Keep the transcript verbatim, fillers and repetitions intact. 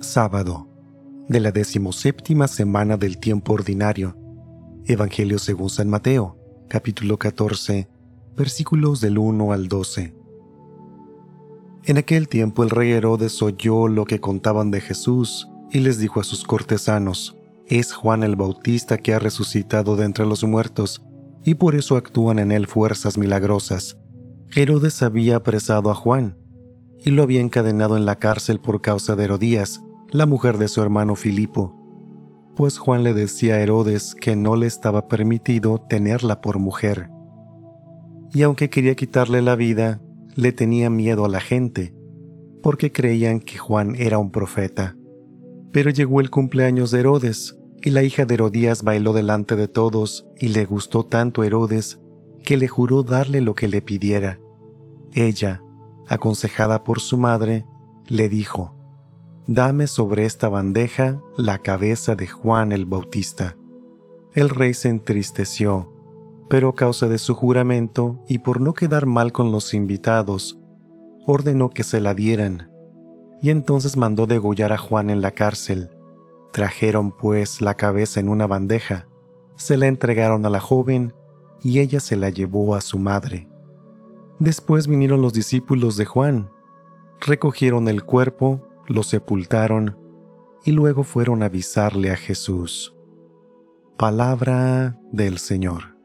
Sábado de la decimoséptima semana del tiempo ordinario. Evangelio según San Mateo, capítulo catorce, versículos del uno al doce. En aquel tiempo el rey Herodes oyó lo que contaban de Jesús y les dijo a sus cortesanos: «Es Juan el Bautista que ha resucitado de entre los muertos, y por eso actúan en él fuerzas milagrosas». Herodes había apresado a Juan y lo había encadenado en la cárcel por causa de Herodías, la mujer de su hermano Filipo, pues Juan le decía a Herodes que no le estaba permitido tenerla por mujer. Y aunque quería quitarle la vida, le tenía miedo a la gente, porque creían que Juan era un profeta. Pero llegó el cumpleaños de Herodes, y la hija de Herodías bailó delante de todos, y le gustó tanto a Herodes, que le juró darle lo que le pidiera. Ella, aconsejada por su madre, le dijo: «Dame sobre esta bandeja la cabeza de Juan el Bautista». El rey se entristeció, pero a causa de su juramento y por no quedar mal con los invitados, ordenó que se la dieran, y entonces mandó degollar a Juan en la cárcel. Trajeron pues la cabeza en una bandeja, se la entregaron a la joven, y ella se la llevó a su madre. Después vinieron los discípulos de Juan, recogieron el cuerpo, lo sepultaron, y luego fueron a avisarle a Jesús. Palabra del Señor.